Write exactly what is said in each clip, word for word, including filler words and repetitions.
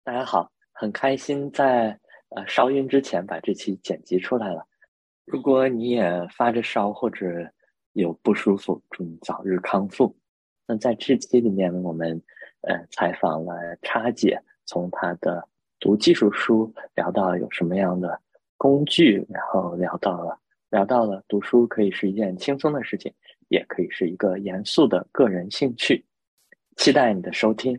大家好，很开心在呃烧音之前把这期剪辑出来了。如果你也发着烧或者有不舒服，祝你早日康复。那在这期里面，我们呃采访了叉姐，从她的读技术书聊到有什么样的工具，然后聊到了聊到了读书可以是一件轻松的事情，也可以是一个严肃的个人兴趣。期待你的收听。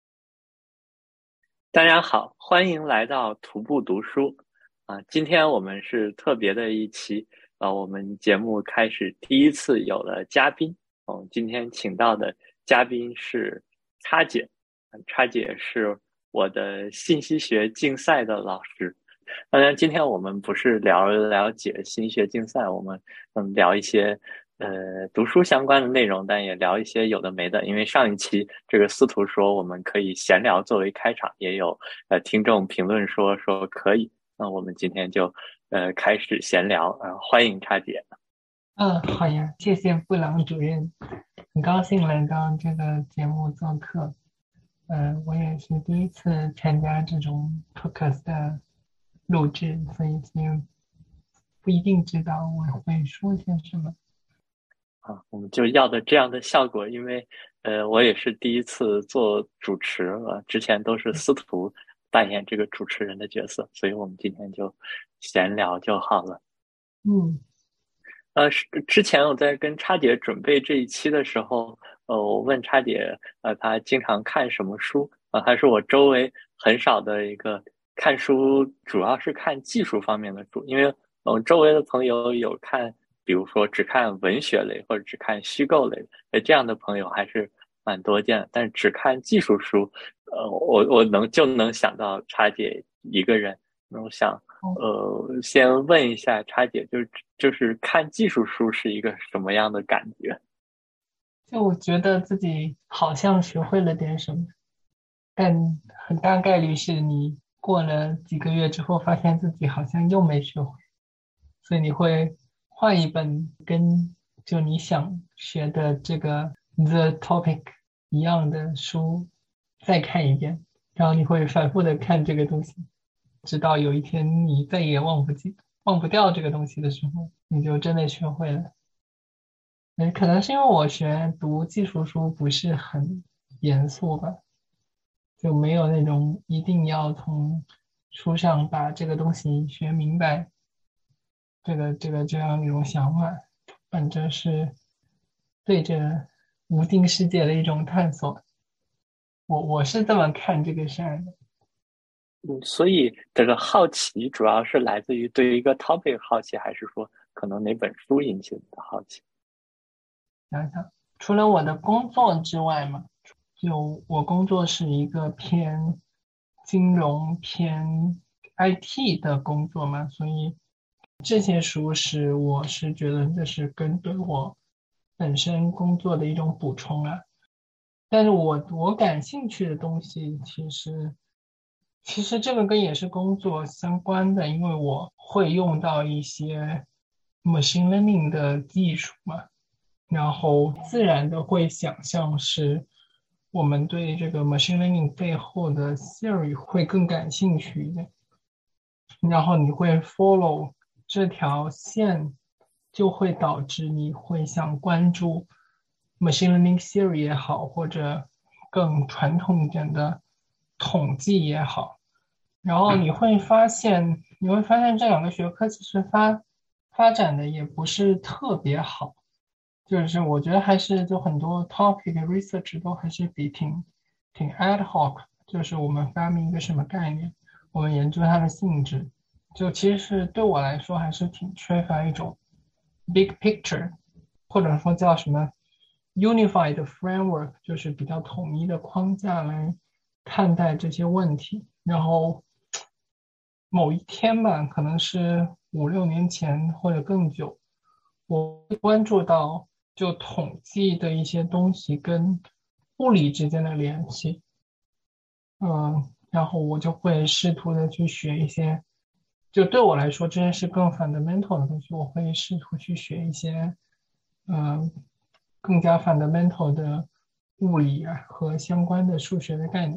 大家好，欢迎来到徒步读书啊！今天我们是特别的一期啊，我们节目开始第一次有了嘉宾哦。今天请到的嘉宾是叉姐，叉姐是我的信息学竞赛的老师。当然，今天我们不是聊了解信息学竞赛，我们嗯聊一些呃读书相关的内容，但也聊一些有的没的。因为上一期这个司徒说我们可以闲聊作为开场，也有呃听众评论说说可以。那我们今天就呃开始闲聊，呃欢迎叉姐。 嗯，好呀，谢谢布朗主任，很高兴来到这个节目做客。嗯，我也是第一次参加这种 podcast 的录制，所以就不一定知道我会说些什么。 啊，我们就要的这样的效果，因为呃，我也是第一次做主持了，之前都是司徒扮演这个主持人的角色，所以我们今天就闲聊就好了。 嗯呃，是之前我在跟叉姐准备这一期的时候，呃，我问叉姐，呃，她经常看什么书？啊、她是我周围很少的一个看书，主要是看技术方面的书，因为我周围的朋友有看，比如说只看文学类或者只看虚构类的，呃，这样的朋友还是蛮多见的。但是只看技术书，呃，我我能就能想到叉姐一个人。那我想哦， 呃，先问一下叉姐，就是就是看技术书是一个什么样的感觉？ 就我觉得自己好像学会了点什么，但很大概率是你过了几个月之后，发现自己好像又没学会。所以你会换一本跟就你想学的这个 the topic 一样的书再看一遍，然后你会反复的看这个东西，直到有一天你再也忘不记、忘不掉这个东西的时候，你就真的学会了。嗯，可能是因为我学读技术书不是很严肃吧，就没有那种一定要从书上把这个东西学明白这个这个这样一种想法，反正是对这无定世界的一种探索。我我是这么看这个事儿的。 嗯，所以这个好奇主要是来自于对于一个 topic 好奇，还是说可能哪本书引起你的好奇？ 想想，除了我的工作之外嘛，就我工作是一个偏金融、偏 I T 的工作嘛，所以这些书是我是觉得这是跟对我本身工作的一种补充啊。但是我我感兴趣的东西，其实其实这个跟也是工作相关的，因为我会用到一些 machine learning 的技术嘛，然后自然的会想象是我们对这个 machine learning 背后的 theory 会更感兴趣一点，然后你会 follow 这条线，就会导致你会想关注 machine learning theory 也好，或者更传统一点的统计也好。然后你会发现，你会发现这两个学科其实发发展的也不是特别好，就是我觉得还是就很多 topic research 都还是比挺挺 ad hoc，就是我们发明一个什么概念，我们研究它的性质，就其实是对我来说还是挺缺乏一种 big picture，或者说叫什么 unified framework，就是比较统一的框架来看待这些问题。然后某一天吧，可能是五六年前或者更久，我会关注到就统计的一些东西跟物理之间的联系。嗯，然后我就会试图的去学一些，就对我来说这些是更 fundamental 的东西，我会试图去学一些，嗯，更加 fundamental 的物理啊和相关的数学的概念。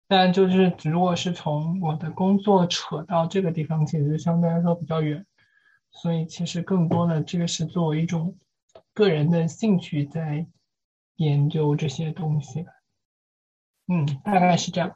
但就是如果是从我的工作扯到这个地方，其实相对来说比较远，所以其实更多的这个是作为一种个人的兴趣在研究这些东西。嗯，大概是这样。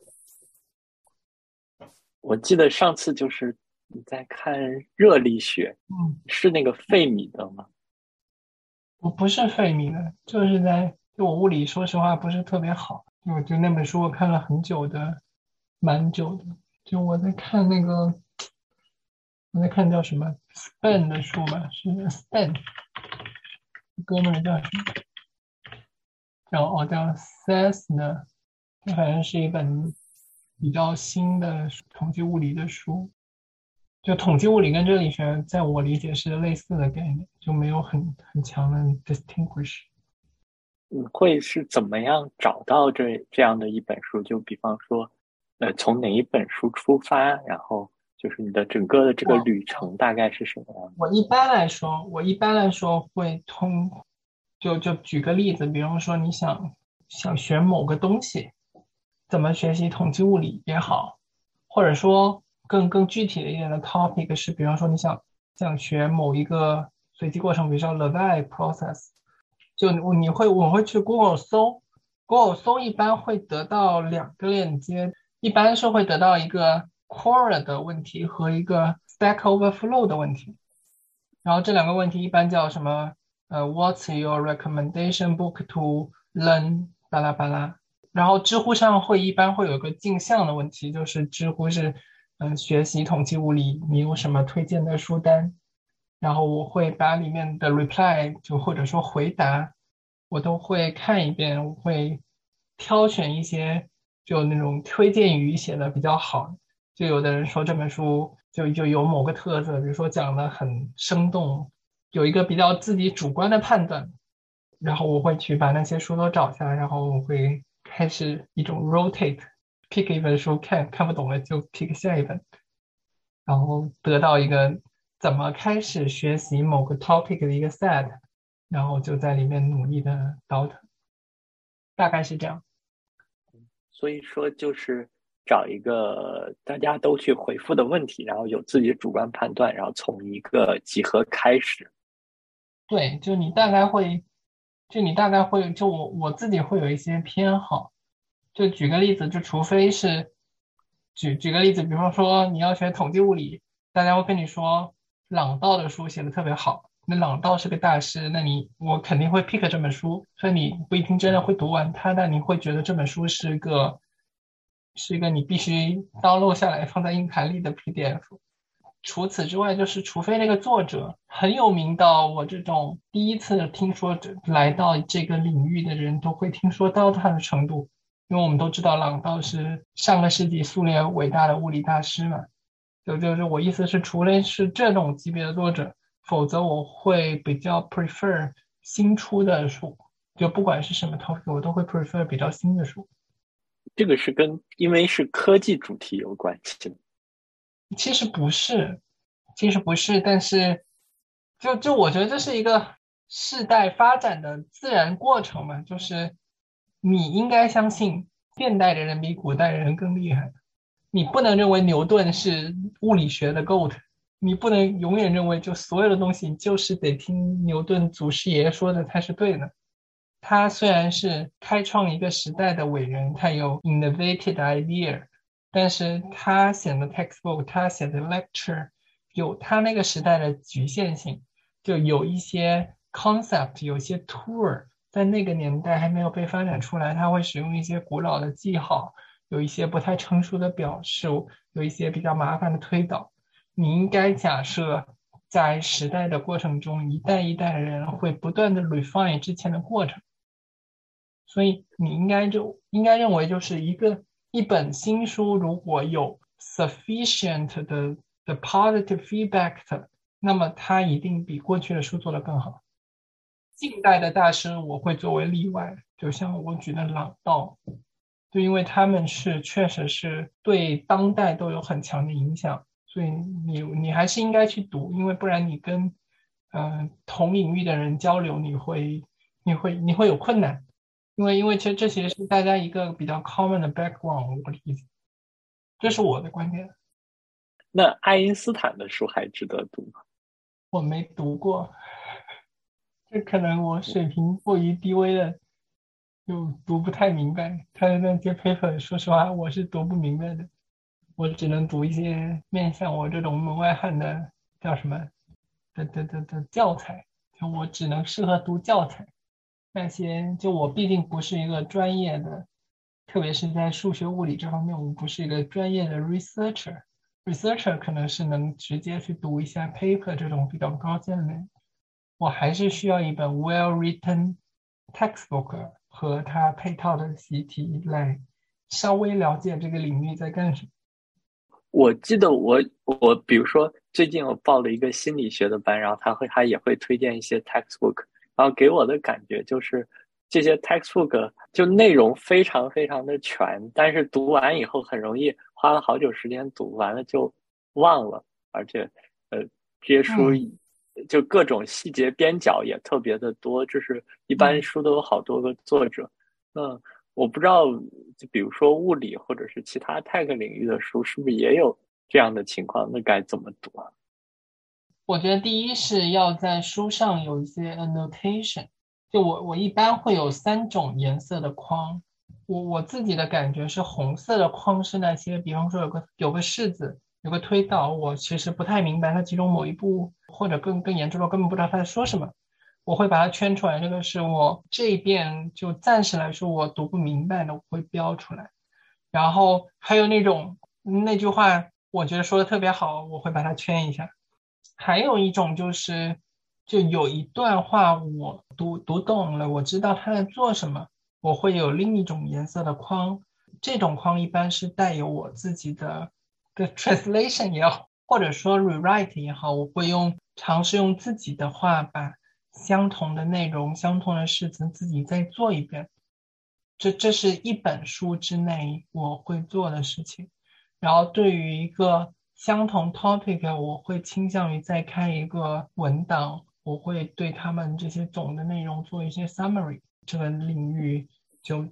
我记得上次就是你在看热力学， 嗯， 是那个费米的吗？ 我不是费米的，就是在就我物理，说实话不是特别好。就就那本书我看了很久的，蛮久的。就我在看那个，我在看叫什么 Spen 的书吧，是 Spen 哥们儿叫什么？叫哦叫 S E S 的，这反正是一本比较新的统计物理的书。就统计物理跟热力学，在我理解是类似的概念，就没有很很强的 distinguish。 你会是怎么样找到这这样的一本书？就比方说，呃，从哪一本书出发，然后就是你的整个的这个我旅程大概是什么样的？ 我一般来说，我一般来说会通，就就举个例子，比方说你想想学某个东西，怎么学习统计物理也好，或者说更更具体的一点的 topic 是，比方说你想想学某一个随机过程，比如说 Levi process，就你你会我会去 Google 搜，Google 搜一般会得到两个链接，一般是会得到一个 Quora 的问题和一个 Stack Overflow 的问题。然后这两个问题一般叫什么？呃，What's your recommendation book to learn 巴拉巴拉。然后知乎上会一般会有个镜像的问题，就是知乎是嗯、呃学习统计物理，你有什么推荐的书单？然后我会把里面的 reply 就或者说回答，我都会看一遍，我会挑选一些就那种推荐语写的比较好。就有的人说这本书就就有某个特色，比如说讲的很生动，有一个比较自己主观的判断，然后我会去把那些书都找下来，然后我会开始一种 rotate，pick 一本书看，看不懂了就 pick 下一本，然后得到一个怎么开始学习某个 topic 的一个 set，然后就在里面努力的倒腾，大概是这样。 所以说，就是找一个大家都去回复的问题，然后有自己的主观判断，然后从一个集合开始。 对，就你大概会，就你大概会，就我我自己会有一些偏好。就举个例子，就除非是举举个例子，比方说你要学统计物理，大家会跟你说朗道的书写的特别好，那朗道是个大师，那你我肯定会 pick 这本书。所以你不一定真的会读完它，但你会觉得这本书是个是一个你必须 download 下来放在硬盘里的 P D F。除此之外，就是除非那个作者很有名到我这种第一次听说这来到这个领域的人都会听说到他的程度，因为我们都知道朗道是上个世纪苏联伟大的物理大师嘛。就就是我意思是，除了是这种级别的作者，否则我会比较 prefer 新出的书，就不管是什么 topic，我都会 prefer 比较新的书。 这个是跟因为是科技主题有关系的。 其实不是，其实不是，但是就就我觉得这是一个世代发展的自然过程嘛，就是你应该相信现代的人比古代人更厉害，你不能认为牛顿是物理学的 G O A T，你不能永远认为就所有的东西就是得听牛顿祖师爷说的才是对的。他虽然是开创一个时代的伟人，他有 innovated idea，但是他写的 textbook，他写的 lecture 有他那个时代的局限性，就有一些 concept，有些 tool 在那个年代还没有被发展出来，他会使用一些古老的记号，有一些不太成熟的表述，有一些比较麻烦的推导。你应该假设，在时代的过程中，一代一代的人会不断的 refine 之前的过程。所以你应该就应该认为，就是一个一本新书如果有 sufficient 的的 positive feedback，那么它一定比过去的书做得更好。近代的大师我会作为例外，就像我举的朗道，就因为他们是确实是对当代都有很强的影响，所以你你还是应该去读，因为不然你跟嗯、呃同领域的人交流，你会你会你会有困难。因为因为其实这其实是大家一个比较 common 的 background，我的意思。 这是我的观点。 那爱因斯坦的书还值得读吗？ 我没读过，这可能我水平过于低微了，就读不太明白他的那些 paper。说实话，我是读不明白的，我只能读一些面向我这种门外汉的叫什么的的的的教材，就我只能适合读教材。那些就我毕竟不是一个专业的，特别是在数学物理这方面，我不是一个专业的 researcher。researcher 可能是能直接去读一下 paper 这种比较高阶的内容，我还是需要一本 well-written textbook 和它配套的习题来稍微了解这个领域在干什么。 我记得我我比如说最近我报了一个心理学的班，然后他会他也会推荐一些 textbook，然后给我的感觉就是这些 textbook 就内容非常非常的全，但是读完以后很容易花了好久时间读完了就忘了，而且呃这些书嗯， 就各种细节边角也特别的多，就是一般嗯。 书都有好多个作者。那我不知道，就比如说物理或者是其他 tech 领域的书，是不是也有这样的情况？那该怎么读啊？ 我觉得第一是要在书上有一些 annotation，就我我一般会有三种颜色的框，我我自己的感觉是红色的框是那些，比方说有个有个式子，有个推导，我其实不太明白它其中某一步，或者更更严重的，我根本不知道他在说什么，我会把它圈出来，这个是我这一遍就暂时来说我读不明白的，我会标出来。然后还有那种那句话，我觉得说的特别好，我会把它圈一下。还有一种就是，就有一段话我读读懂了，我知道他在做什么，我会有另一种颜色的框。这种框一般是带有我自己的的 translation 也好，或者说 rewrite 也好，我会用尝试用自己的话把相同的内容、相同的事情自己再做一遍。这这是一本书之内我会做的事情。然后对于一个相同 topic，我会倾向于再开一个文档，我会对他们这些总的内容做一些 summary。这个领域就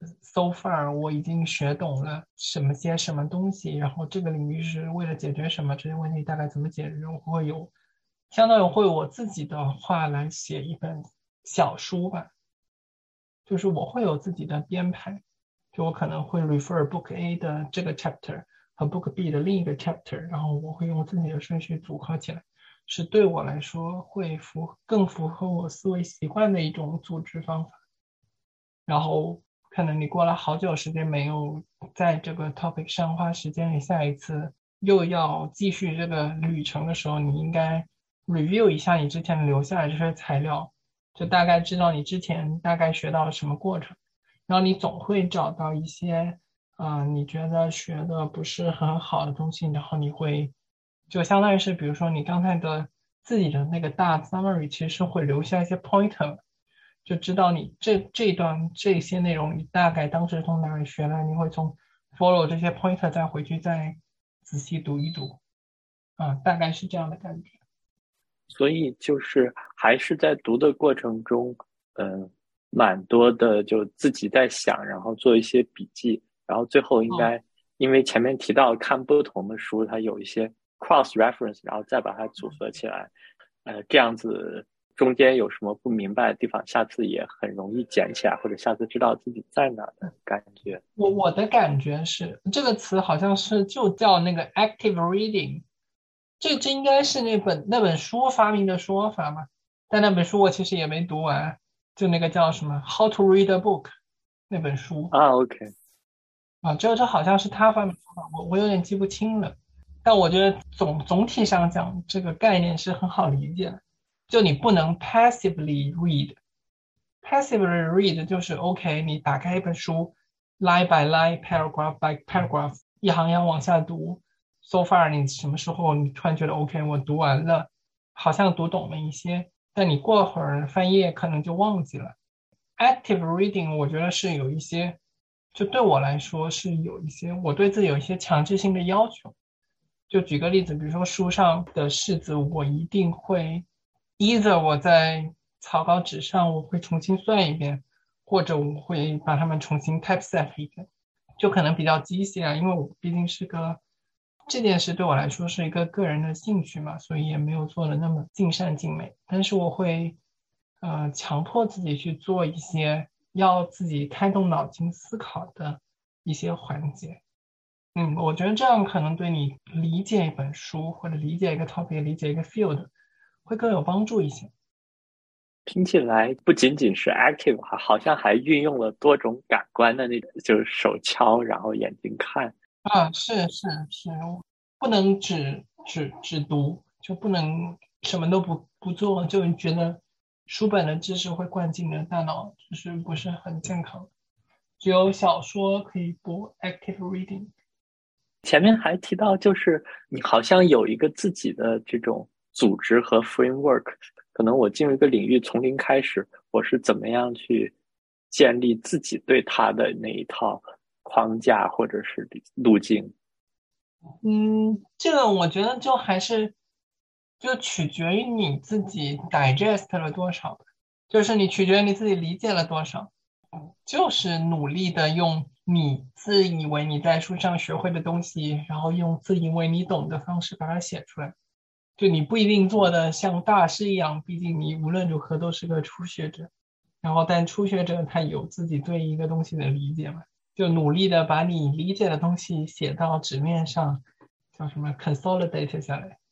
so far 我已经学懂了什么些什么东西，然后这个领域是为了解决什么，这些问题大概怎么解决，我会有相当于会我自己的话来写一本小书吧。就是我会有自己的编排，就我可能会 refer book A 的这个 chapter 和 book B 的另一个 chapter，然后我会用自己的顺序组合起来，是对我来说会符更符合我思维习惯的一种组织方法。然后可能你过了好久时间没有在这个 topic 上花时间，你下一次又要继续这个旅程的时候，你应该 review 一下你之前留下来这些材料，就大概知道你之前大概学到了什么过程，然后你总会找到一些，呃，你觉得学的不是很好的东西，然后你会就相当于是，比如说你刚才的自己的那个大 summary，其实是会留下一些 pointer，就知道你这这一段这些内容你大概当时从哪里学来，你会从 follow 这些 pointer 再回去再仔细读一读，啊，大概是这样的感觉。 所以就是还是在读的过程中，嗯、呃，蛮多的就自己在想，然后做一些笔记，然后最后应哦， 该因为前面提到看不同的书，它有一些 cross reference，然后再把它组合起来，呃，这样子中间有什么不明白的地方，下次也很容易捡起来，或者下次知道自己在哪的感觉。 我我的感觉是这个词好像是就叫那个 active reading，这这应该是那本那本书发明的说法嘛？但那本书我其实也没读完，就那个叫什么《How to Read a Book》那本书啊，OK， 啊，这这好像是他发明的说法，我我有点记不清了。但我觉得总总体上讲，这个概念是很好理解的。就你不能 passively read，passively read 就是 OK，你打开一本书，line by line，paragraph by paragraph，一行一行往下读。So far，你什么时候你突然觉得 OK，我读完了，好像读懂了一些，但你过会儿翻页可能就忘记了。Active reading 我觉得是有一些，就对我来说是有一些，我对自己有一些强制性的要求。就举个例子，比如说书上的式子，我一定会，either 我在草稿纸上我会重新算一遍，或者我会把它们重新 typeset 一遍。 就可能比较机械啊，因为我毕竟是个这件事对我来说是一个个人的兴趣嘛，所以也没有做的那么尽善尽美。但是我会呃强迫自己去做一些要自己开动脑筋思考的一些环节。嗯，我觉得这样可能对你理解一本书或者理解一个 topic、理解一个 field 会更有帮助一些。 听起来不仅仅是 active，好好像还运用了多种感官的那种，就是手敲，然后眼睛看。 啊，是是是，不能只只只读，就不能什么都不不做，就觉得书本的知识会灌进你的大脑，就是不是很健康。只有小说可以播 active reading。 前面还提到，就是你好像有一个自己的这种组织和 framework，可能我进入一个领域从零开始，我是怎么样去建立自己对它的那一套框架或者是路径？ 嗯，这个我觉得就还是就取决于你自己 digest 了多少，就是你取决于你自己理解了多少，就是努力的用你自以为你在书上学会的东西，然后用自以为你懂的方式把它写出来。就你不一定做的像大师一样，毕竟你无论如何都是个初学者。然后，但初学者他有自己对一个东西的理解嘛，就努力的把你理解的东西写到纸面上，叫什么 consolidate 下来。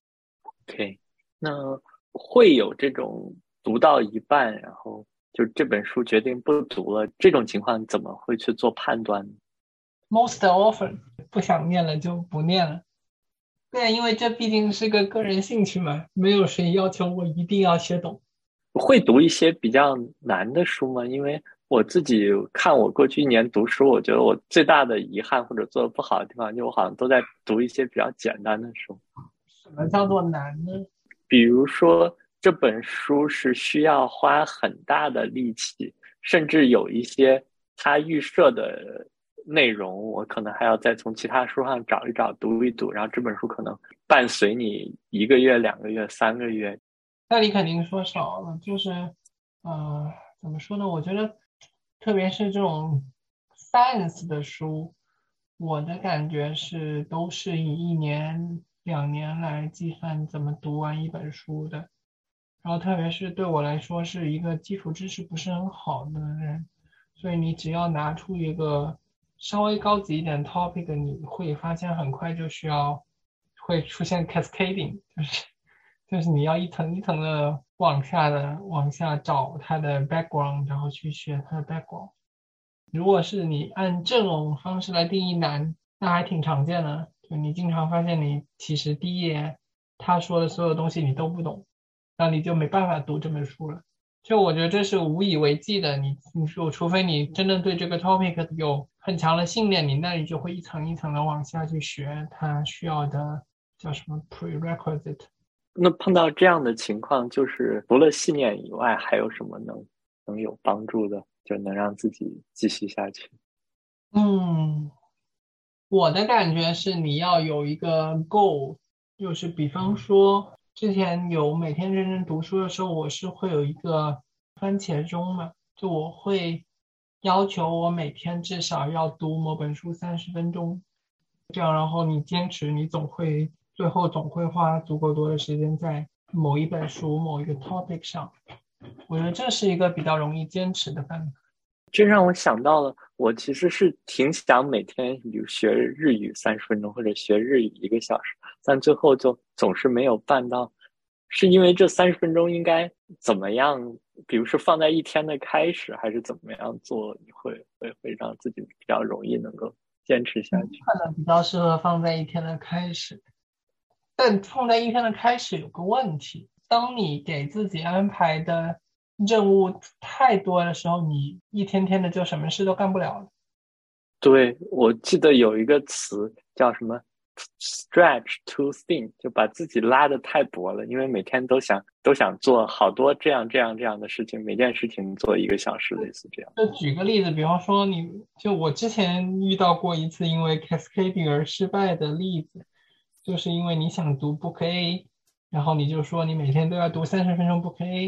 OK，那会有这种读到一半，然后就这本书决定不读了，这种情况怎么会去做判断呢？ Most often 不想念了就不念了。对，因为这毕竟是个个人兴趣嘛，没有谁要求我一定要学懂。 会读一些比较难的书吗？因为我自己看我过去一年读书，我觉得我最大的遗憾或者做的不好的地方，就我好像都在读一些比较简单的书。 什么叫做难呢？ 比如说这本书是需要花很大的力气，甚至有一些它预设的内容，我可能还要再从其他书上找一找、读一读，然后这本书可能伴随你一个月、两个月、三个月。 那你肯定说少了，就是，呃，怎么说呢？我觉得，特别是这种 science 的书，我的感觉是都是以一年、两年来计算怎么读完一本书的。然后，特别是对我来说是一个基础知识不是很好的人，所以你只要拿出一个稍微高级一点 topic，你会发现很快就需要会出现 cascading，就是就是你要一层一层的往下的往下找它的 background，然后去学它的 background。如果是你按这种方式来定义难，那还挺常见的。就你经常发现你其实第一页他说的所有东西你都不懂，那你就没办法读这本书了。就我觉得这是无以为继的。你你说，除非你真的对这个 topic 有很强的信念，你那你就会一层一层的往下去学它需要的叫什么 prerequisite。 那碰到这样的情况，就是除了信念以外，还有什么能能有帮助的，就能让自己继续下去？ 嗯，我的感觉是你要有一个 goal，就是比方说之前有每天认真读书的时候，我是会有一个番茄钟嘛，就我会要求我每天至少要读某本书三十分钟，这样然后你坚持，你总会最后总会花足够多的时间在某一本书某一个 topic 上。我觉得这是一个比较容易坚持的办法。 这让我想到了，我其实是挺想每天，比如学日语三十分钟，或者学日语一个小时，但最后就总是没有办到。是因为这三十分钟应该怎么样？比如是放在一天的开始，还是怎么样做，你会会会让自己比较容易能够坚持下去？ 可能比较适合放在一天的开始，但放在一天的开始有个问题，当你给自己安排的任务太多的时候，你一天天的就什么事都干不了了。 对，我记得有一个词叫什么 stretch too thin，就把自己拉得太薄了，因为每天都想都想做好多这样这样这样的事情，每件事情做一个小时，类似这样。 就举个例子，比方说你，就我之前遇到过一次因为 cascading 而失败的例子，就是因为你想读 book A，然后你就说你每天都要读三十分钟 book A，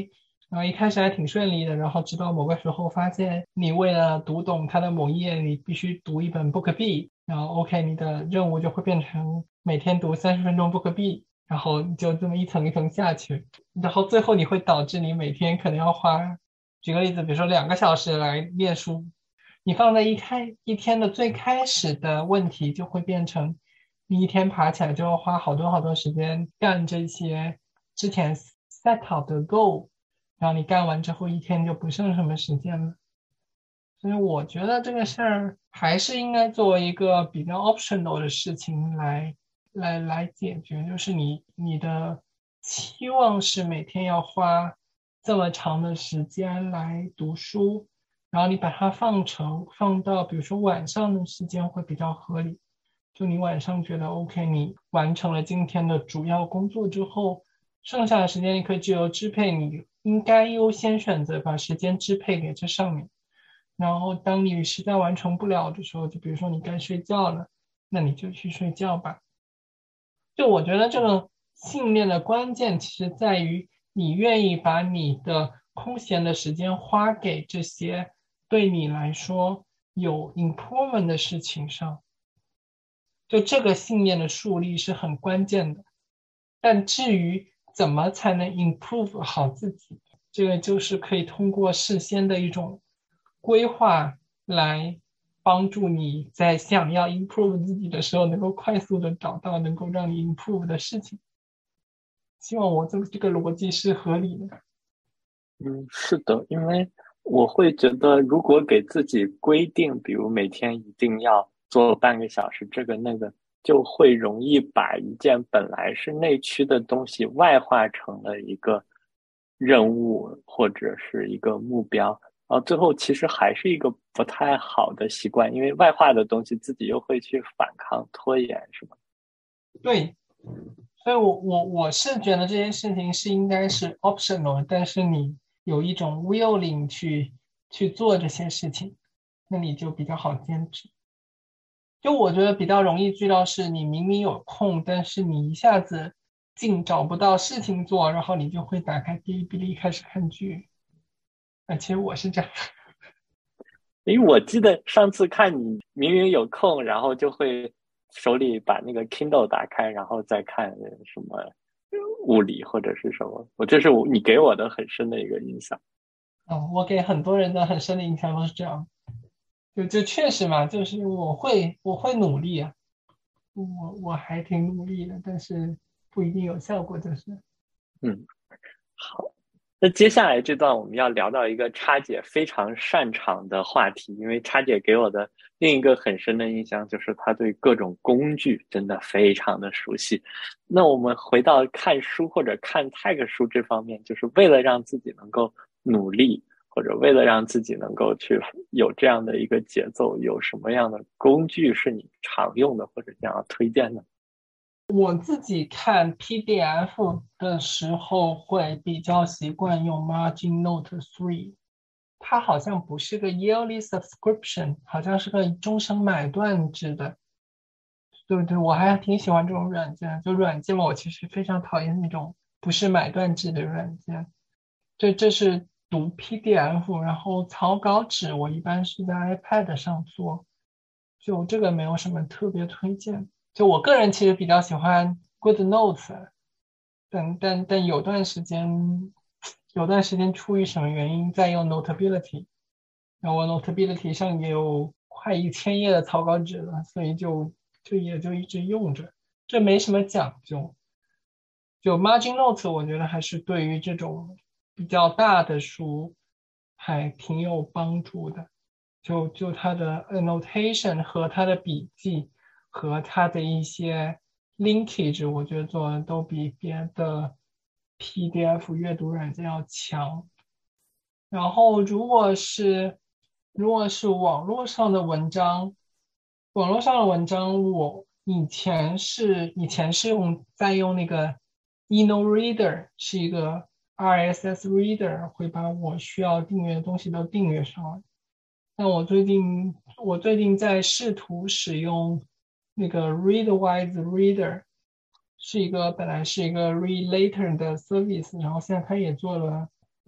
然后一开始还挺顺利的，然后直到某个时候发现，你为了读懂它的某一页，你必须读一本 Book B，然后 OK，你的任务就会变成每天读三十分钟 Book B，然后你就这么一层一层下去，然后最后你会导致你每天可能要花，举个例子，比如说两个小时来念书，你放在一开一天的最开始的问题就会变成，你一天爬起来就要花好多好多时间干这些之前 set 好的 goal。然后你干完之后一天就不剩什么时间了，所以我觉得这个事儿还是应该作为一个比较 optional 的事情来来来解决，就是你你的期望是每天要花这么长的时间来读书，然后你把它放成放到比如说晚上的时间会比较合理，就你晚上觉得 OK，你完成了今天的主要工作之后。剩下的时间你可以自由支配，你应该优先选择把时间支配给这上面。然后当你实在完成不了的时候，就比如说你该睡觉了，那你就去睡觉吧。就我觉得这个信念的关键其实在于你愿意把你的空闲的时间花给这些对你来说有 improvement 的事情上。就这个信念的树立是很关键的。但至于怎么才能 improve 好自己，这个就是可以通过事先的一种规划来帮助你在想要 improve 自己的时候，能够快速的找到能够让你 improve 的事情。希望我这个这个逻辑是合理的。 嗯，是的，因为我会觉得，如果给自己规定，比如每天一定要做半个小时这个那个，就会容易把一件本来是内驱的东西外化成了一个任务或者是一个目标，然后最后其实还是一个不太好的习惯，因为外化的东西自己又会去反抗拖延，是吗？ 对，所以我我我是觉得这件事情是应该是 optional，但是你有一种 willing 去去做这些事情，那你就比较好坚持。就我觉得比较容易遇到是你明明有空，但是你一下子竟找不到事情做，然后你就会打开哔哩哔哩开始看剧。啊，其实我是这样。 因为我记得上次看你明明有空，然后就会手里把那个 Kindle 打开，然后再看什么物理或者是什么，我这是我你给我的很深的一个印象。 嗯，我给很多人的很深的印象都是这样。就就确实嘛，就是我会我会努力啊，我我还挺努力的，但是不一定有效果，就是。 嗯，好。那接下来这段我们要聊到一个叉姐非常擅长的话题，因为叉姐给我的另一个很深的印象就是她对各种工具真的非常的熟悉。那我们回到看书或者看 tag 书这方面，就是为了让自己能够努力，或者为了让自己能够去有这样的一个节奏，有什么样的工具是你常用的，或者想要推荐的？ 我自己看 P D F 的时候会比较习惯用 Margin Note 三，它好像不是个 yearly subscription，好像是个终身买断制的。对对，我还挺喜欢这种软件。就软件嘛，我其实非常讨厌那种不是买断制的软件。这这是读 P D F，然后草稿纸我一般是在 iPad 上做，就这个没有什么特别推荐。就我个人其实比较喜欢 GoodNotes，但但但有段时间，有段时间出于什么原因在用 Notability，然后我 Notability 上也有快一千页的草稿纸了，所以就就也就一直用着，这没什么讲究。就 Margin Notes，我觉得还是对于这种比较大的书还挺有帮助的。就就它的 annotation 和它的笔记和它的一些 linkage，我觉得做的都比别的 P D F 阅读软件要强。然后如果是如果是网络上的文章，网络上的文章我以前是以前是用在用那个 eNoReader，是一个 R S S reader，会把我需要订阅的东西都订阅上来。那我最近我最近在试图使用那个 Readwise Reader，是一个本来是一个 Read Later 的 service，然后现在它也做了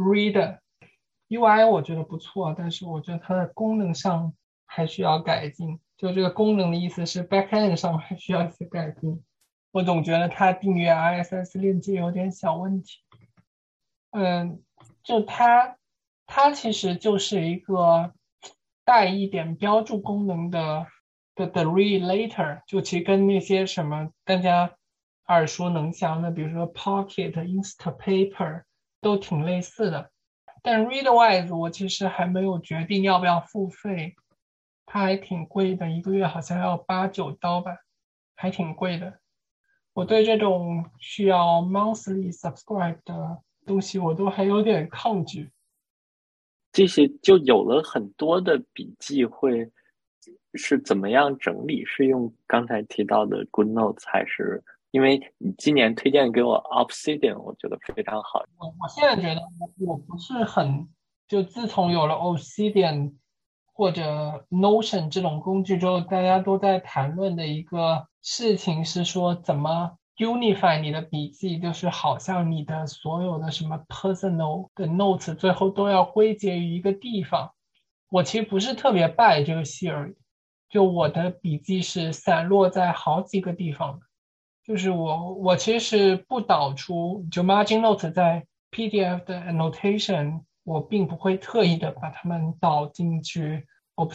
Reader。U I 我觉得不错，但是我觉得它的功能上还需要改进。就这个功能的意思是 backend 上还需要一些改进。我总觉得它订阅 R S S 链接有点小问题。嗯，就它，它其实就是一个带一点标注功能的的的 read later，就其实跟那些什么大家耳熟能详的，比如说 Pocket、Instapaper 都挺类似的。但 Readwise 我其实还没有决定要不要付费，它还挺贵的，一个月好像要八九刀吧，还挺贵的。我对这种需要 monthly subscribe 的东西，我都还有点抗拒。 这些就有了很多的笔记会是怎么样整理？是用刚才提到的 Good Notes，还是因为你今年推荐给我 Obsidian，我觉得非常好。 我我现在觉得我我不是很，就自从有了 Obsidian 或者 Notion 这种工具之后，大家都在谈论的一个事情是说怎么 unify 你的笔记，就是好像你的所有的什么 personal 的 notes 最后都要归结于一个地方。我其实不是特别 buy 这个 theory，就我的笔记是散落在好几个地方的。就是我我其实是不导出，就 margin notes 在 P D F 的 annotation，我并不会特意的把它们导进去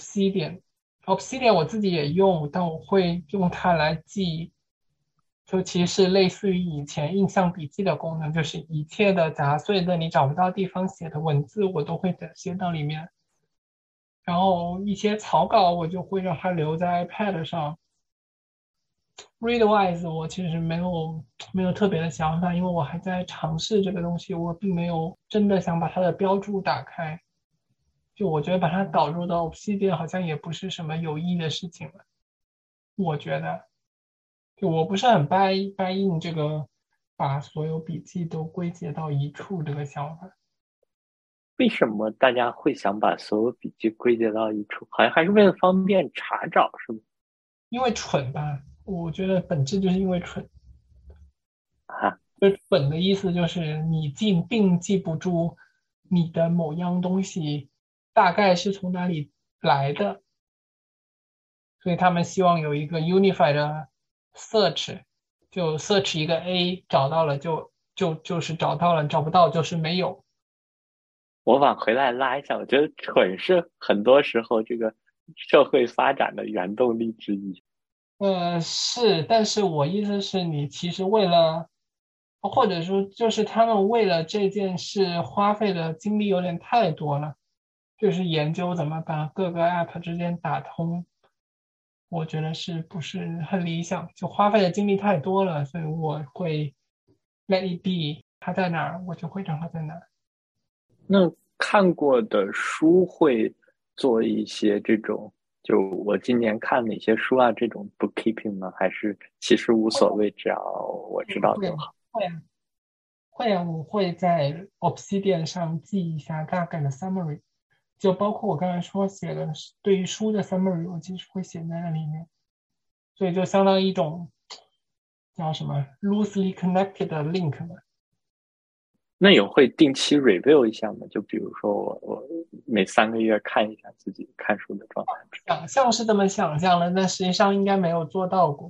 Obsidian。Obsidian 我自己也用，但我会用它来记，就其实是类似于以前印象笔记的功能，就是一切的杂碎的你找不到地方写的文字，我都会写到里面。然后一些草稿我就会让它留在 iPad 上。Readwise 我其实没有没有特别的想法，因为我还在尝试这个东西，我并没有真的想把它的标注打开。就我觉得把它导入到 Obsidian 好像也不是什么有益的事情了。我觉得，就我不是很 buy buy in 这个把所有笔记都归结到一处这个想法。 为什么大家会想把所有笔记归结到一处？好像还是为了方便查找，是吗？ 因为蠢吧，我觉得本质就是因为蠢。 啊， 就蠢的意思就是你记并记不住你的某样东西大概是从哪里来的，所以他们希望有一个 unified 的 search，就 search 一个 A 找到了就就就是找到了，找不到就是没有。 我往回来拉一下，我觉得蠢是很多时候这个社会发展的原动力之一。 呃，是，但是我意思是你其实为了，或者说就是他们为了这件事花费的精力有点太多了，就是研究怎么把各个 app 之间打通，我觉得是不是很理想？就花费的精力太多了，所以我会 let it be，它在哪儿我就会让它在哪儿。 那看过的书会做一些这种，就我今年看哪些书啊，这种 bookkeeping 吗？还是其实无所谓，只要我知道会啊， 就好。 会啊，会啊，我会在 Obsidian 上记一下大概的 summary。就包括我刚才说写的对于书的 summary，我其实会写在那里面，所以就相当于一种叫什么 loosely connected 的 link 嘛。 那有会定期 review 一下吗？就比如说我我每三个月看一下自己看书的状态。 想象是这么想象的，但实际上应该没有做到过，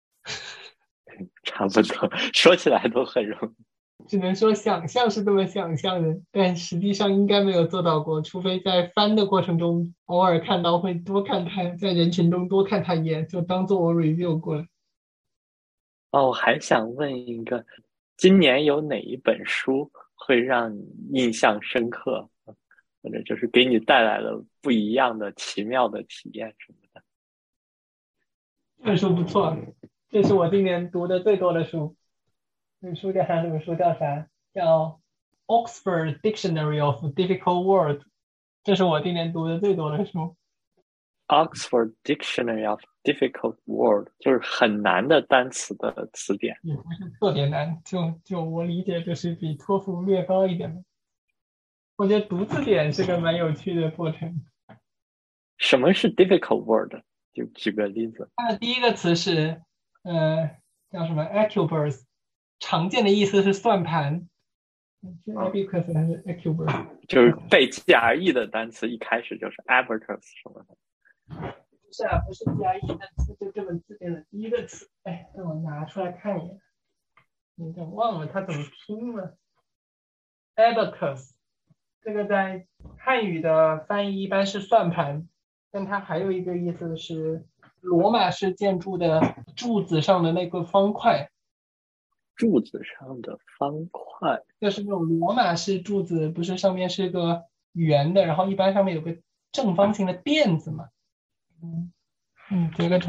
差不多，说起来都很容易。 只能说想象是这么想象的，但实际上应该没有做到过，除非在翻的过程中偶尔看到会多看他，在人群中多看他一眼，就当做我 review 过了。 哦，我还想问一个，今年有哪一本书会让你印象深刻，或者就是给你带来了不一样的奇妙的体验什么的？ 这本书不错，这是我今年读的最多的书。这本书叫啥？这本书叫啥？叫《Oxford Dictionary of Difficult Words》，这是我今年读的最多的书。 Oxford Dictionary of Difficult Word 就是很难的单词的词典。 也不是特别难，就就我理解就是比托福略高一点的。我觉得读字典是个蛮有趣的过程。 什么是 difficult word？就举个例子。 它的第一个词是，呃，叫什么 a c u b u r s， 常见的意思是算盘。 是 abacus 还是 acubus？ 就是背 G R E 的单词一开始就是 abacus 什么的。 不是啊，不是 G R E 单词，就这本字典的第一个词。哎，让我拿出来看一眼。有点忘了它怎么拼了。abacus 这个在汉语的翻译一般是算盘，但它还有一个意思是罗马式建筑的柱子上的那个方块。 柱子上的方块， 就是那种罗马式柱子，不是上面是个圆的，然后一般上面有个正方形的垫子嘛。嗯嗯，截个图。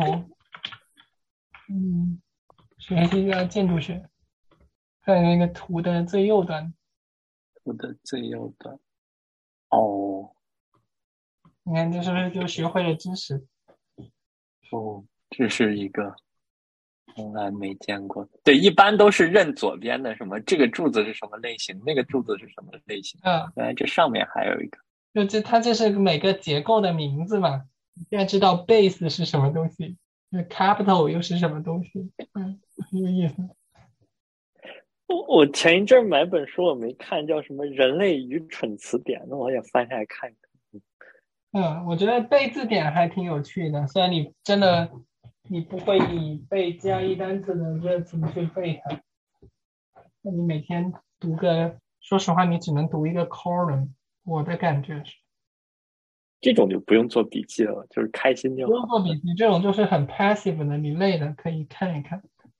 嗯，学习一下建筑学，看那个图的最右端。 图的最右端。哦， 你看这是不是就学会了知识？ 哦，这是一个从来没见过的。对，一般都是认左边的，什么这个柱子是什么类型，那个柱子是什么类型。 啊， 原来这上面还有一个。 就这它这是每个结构的名字嘛。你现在知道 base 是什么东西，那 capital 又是什么东西？嗯，很有意思。 我我前一阵买本书我没看，叫什么《人类愚蠢词典》，那我也翻下来看一看。 嗯，我觉得背字典还挺有趣的，虽然你真的你不会以背 G R E 单词的热情去背它，那你每天读个，说实话，你只能读一个 column，我的感觉是。 这种就不用做笔记了，就是开心就不用好。 做笔记，这种就是很 passive 的，你累了可以看一看。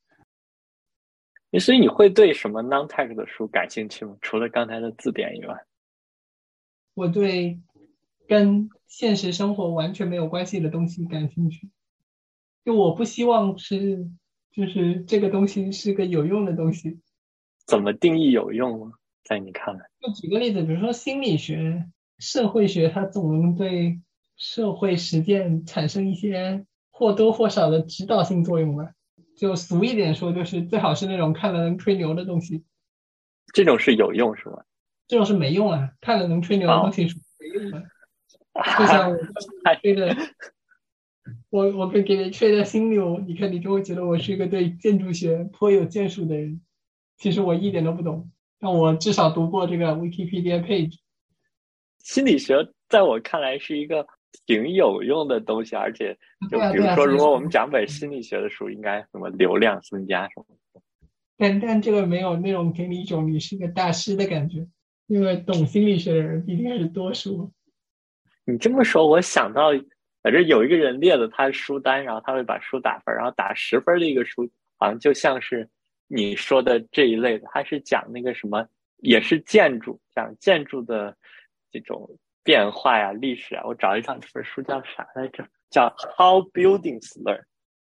所以你会对什么 non-tech 的书感兴趣吗？除了刚才的字典以外。 我对跟现实生活完全没有关系的东西感兴趣，就我不希望是，就是这个东西是个有用的东西。 怎么定义有用呢？在你看来？ 就举个例子，比如说心理学、社会学，它总能对社会实践产生一些或多或少的指导性作用吧。就俗一点说，就是最好是那种看了能吹牛的东西。 这种是有用是吗？ 这种是没用啊，看了能吹牛的东西是没用的。就像我吹的，我我给给你吹的心流，你看你就会觉得我是一个对建筑学颇有建树的人。其实我一点都不懂，但我至少读过这个 Wikipedia page。 心理学在我看来是一个挺有用的东西，而且就对啊，对啊， 比如说， 所以说， 如果我们讲本心理学的书，应该什么流量增加什么的。 但但这个没有那种给你一种你是个大师的感觉，因为懂心理学的人毕竟是多数。 你这么说，我想到，反正有一个人列了他的书单，然后他会把书打分，然后打十分的一个书，好像就像是你说的这一类的，他是讲那个什么，也是建筑，讲建筑的这种变化呀、历史啊。我找一找这本书叫啥来着？叫《How Buildings Learn: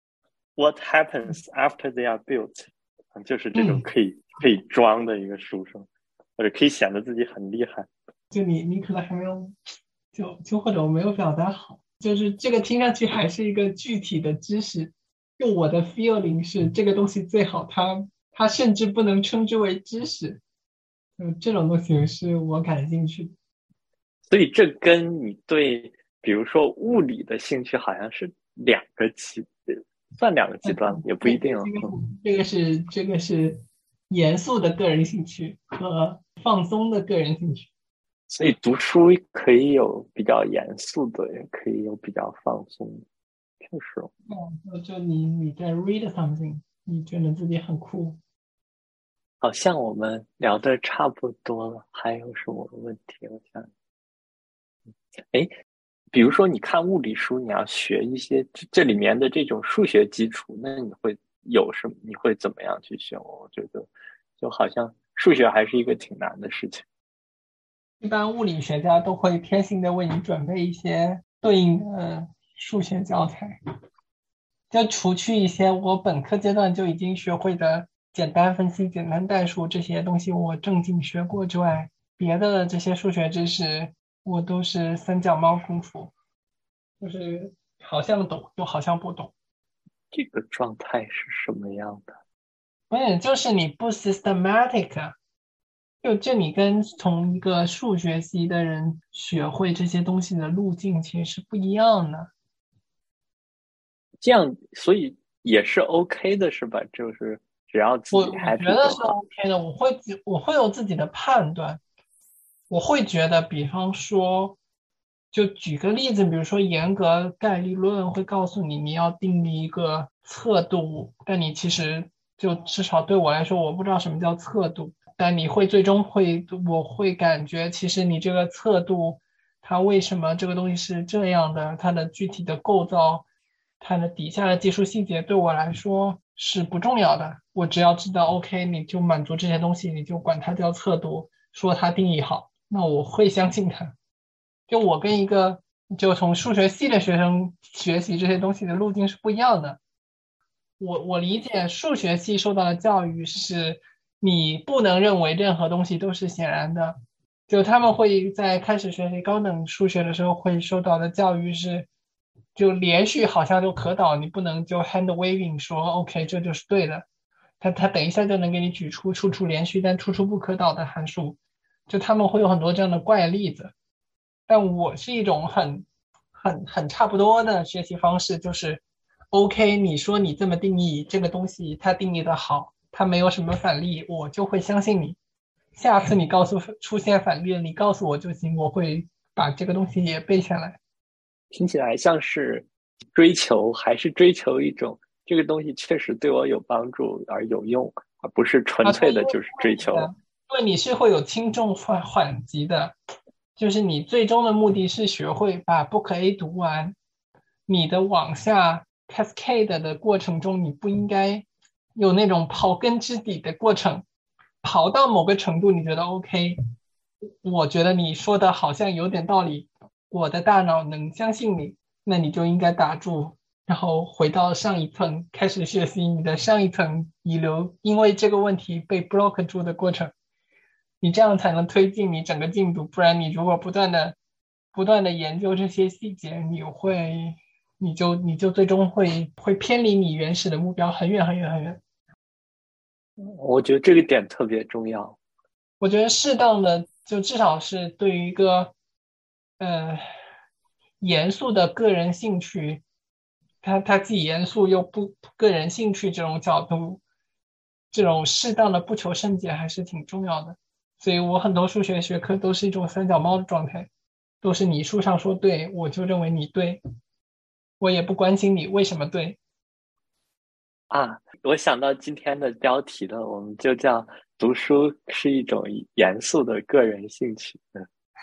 What Happens After They Are Built》，就是这种可以、嗯、可以装的一个书生，或者可以显得自己很厉害。 就你，你可能还没有。就就或者我没有表达好，就是这个听上去还是一个具体的知识。就我的 feeling 是这个东西最好，它它甚至不能称之为知识。就这种东西是我感兴趣的。 所以这跟你对比如说物理的兴趣好像是两个极，算两个极端、嗯、也不一定、哦、 这个是这个是严肃的个人兴趣和放松的个人兴趣。 所以读书可以有比较严肃的，也可以有比较放松的，确实。 嗯，就你你在 read something， 你觉得自己很酷。 好像我们聊的差不多了，还有什么问题？我想，哎，比如说你看物理书，你要学一些这里面的这种数学基础，那你会有什么？你会怎么样去学？我觉得就好像数学还是一个挺难的事情。 一般物理学家都会贴心的为你准备一些对应的数学教材，就除去一些我本科阶段就已经学会的简单分析、简单代数这些东西我正经学过之外，别的这些数学知识我都是三脚猫功夫，就是好像懂又好像不懂。 这个状态是什么样的？ 不是，就是你不 systematic。就就你跟从一个数学系的人学会这些东西的路径其实是不一样的。 这样，所以也是 OK 的，是吧？就是只要自己我我觉 happy 得是就好。 OK 的，我会我会有自己的判断，我会觉得，比方说，就举个例子，比如说严格概率论会告诉你你要定义一个测度，但你其实就至少对我来说，我不知道什么叫测度，但你会最终会，我会感觉其实你这个测度，它为什么这个东西是这样的，它的具体的构造。它的底下的技术细节对我来说是不重要的，我只要知道 OK，你就满足这些东西，你就管它叫测度，说它定义好，那我会相信它。就我跟一个就从数学系的学生学习这些东西的路径是不一样的。我我理解数学系受到的教育是，你不能认为任何东西都是显然的，就他们会在开始学习高等数学的时候会受到的教育是，就连续好像就可导，你不能就 hand waving 说 OK 这就是对的，他他等一下就能给你举出处处连续但处处不可导的函数，就他们会有很多这样的怪例子，但我是一种很很很差不多的学习方式，就是 OK，你说你这么定义这个东西，它定义的好，它没有什么反例，我就会相信你。下次你告诉出现反例了，你告诉我就行，我会把这个东西也背下来。 听起来像是追求，还是追求一种这个东西确实对我有帮助而有用，而不是纯啊，对，因为粹的就是追求。 因为你是会有轻重缓缓急的，就是你最终的目的是学会把 Book A 读完，你的往下 cascade 的过程中，你不应该有那种刨根之底的过程，刨到某个程度，你觉得 OK，我觉得你说的好像有点道理，我的大脑能相信你，那你就应该打住，然后回到上一层，开始学习你的上一层遗留，因为这个问题被 block 住的过程，你这样才能推进你整个进度，不然你如果不断的不断的研究这些细节，你会你就你就最终会会偏离你原始的目标很远很远很远。 我觉得这个点特别重要。 我觉得适当的就至少是对于一个呃严肃的个人兴趣，他他既严肃又不个人兴趣这种角度，这种适当的不求甚解还是挺重要的。所以我很多数学学科都是一种三脚猫的状态，都是你书上说对，我就认为你对，我也不关心你为什么对。 啊，我想到今天的标题了，我们就叫读书是一种严肃的个人兴趣。嗯，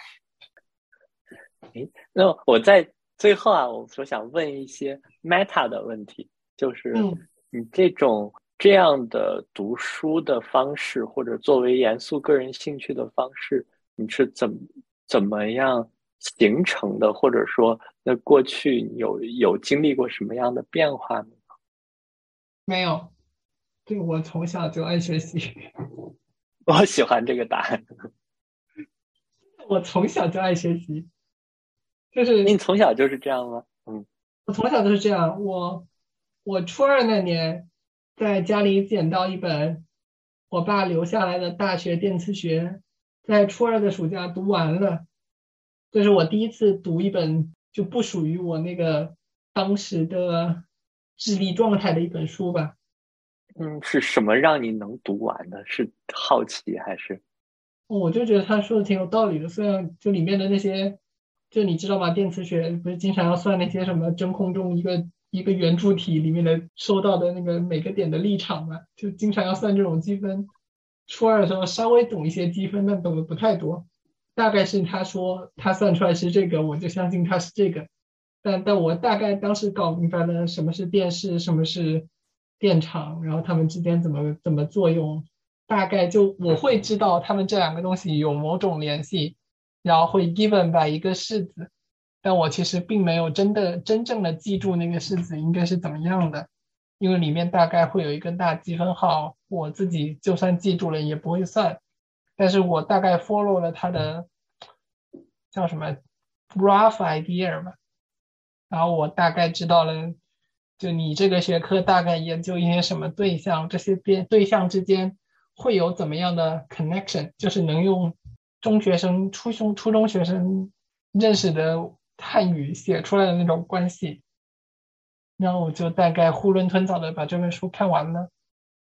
诶，那我在最后啊，我所想问一些 meta 的问题，就是嗯。 你这种这样的读书的方式，或者作为严肃个人兴趣的方式，你是怎么怎么样形成的？或者说，那过去有有经历过什么样的变化呢？ 没有，对，我从小就爱学习， 我喜欢这个答案。 我从小就爱学习，就你是从小就是这样吗？嗯。 我从小就是这样。我我初二那年在家里捡到一本我爸留下来的大学电磁学，在初二的暑假读完了。这是我第一次读一本就不属于我那个当时的智力状态的一本书吧。 嗯，是什么让你能读完的？是好奇还是？ 我就觉得他说的挺有道理的，虽然就里面的那些，就你知道吗？电磁学不是经常要算那些什么真空中一个一个圆柱体里面的收到的那个每个点的力场嘛，就经常要算这种积分。初二的时候稍微懂一些积分，但懂得不太多。大概是他说他算出来是这个，我就相信他是这个。但但我大概当时搞明白了什么是电势，什么是电场，然后它们之间怎么怎么作用，大概就我会知道它们这两个东西有某种联系，然后会 given by 一个式子，但我其实并没有真的真正的记住那个式子应该是怎么样的，因为里面大概会有一个大积分号，我自己就算记住了也不会算，但是我大概 follow 了它的叫什么 rough idea 吧，然后我大概知道了，就你这个学科大概研究一些什么对象，这些边对象之间会有怎么样的 connection，就是能用中学生、初中、初中学生认识的汉语写出来的那种关系。然后我就大概囫囵吞枣的把这本书看完了。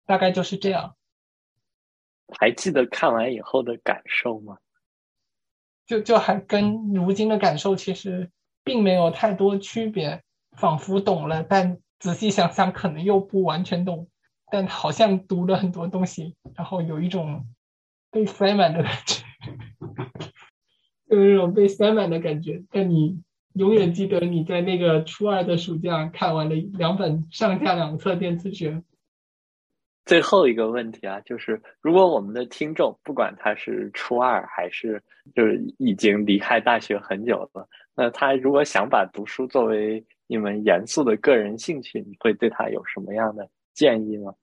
大概就是这样。 还记得看完以后的感受吗？ 就就还跟如今的感受其实并没有太多区别，仿佛懂了，但仔细想想可能又不完全懂，但好像读了很多东西，然后有一种被塞满的感觉，就是那种被塞满的感觉。但你永远记得你在那个初二的暑假看完了两本上下两册电子学。 最后一个问题啊，就是如果我们的听众不管他是初二还是就是已经离开大学很久了，那他如果想把读书作为你们严肃的个人兴趣，你会对他有什么样的建议吗？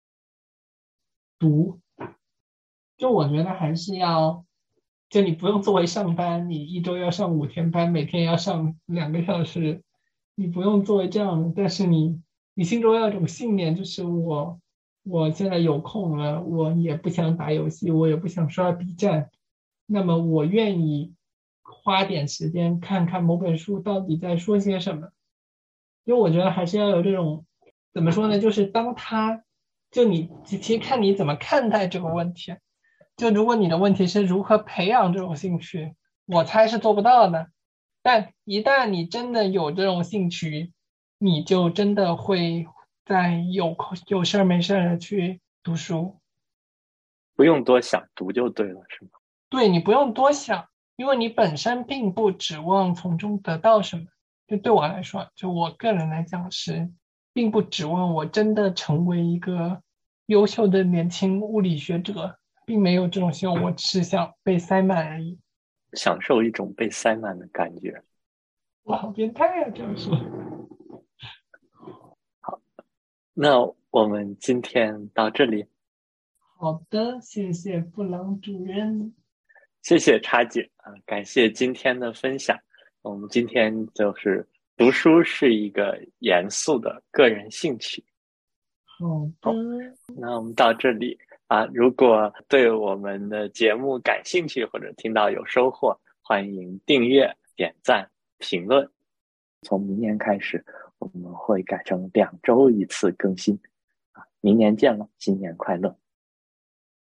读，就我觉得还是要，就你不用作为上班，你一周要上五天班，每天要上两个小时，你不用作为这样的，但是你你心中要有一种信念，就是我我现在有空了，我也不想打游戏，我也不想刷 B 站，那么我愿意花点时间看看某本书到底在说些什么。因为我觉得还是要有这种，怎么说呢？就是当他，就你其实看你怎么看待这个问题。就如果你的问题是如何培养这种兴趣，我猜是做不到的。但一旦你真的有这种兴趣，你就真的会在有空有事儿没事儿的去读书。 不用多想，读就对了，是吗？ 对，你不用多想，因为你本身并不指望从中得到什么。就对我来说，就我个人来讲是，并不指望我真的成为一个优秀的年轻物理学者，并没有这种希望，我只是想被塞满而已。 享受一种被塞满的感觉。 我好变态啊！这样说。 那我们今天到这里， 好的，谢谢布朗主任。 谢谢叉姐啊，感谢今天的分享。我们今天就是读书是一个严肃的个人兴趣。 好好， 的， 那我们到这里啊，如果对我们的节目感兴趣或者听到有收获，欢迎订阅、点赞、评论。从明年开始，我们会改成两周一次更新啊，明年见了，新年快乐。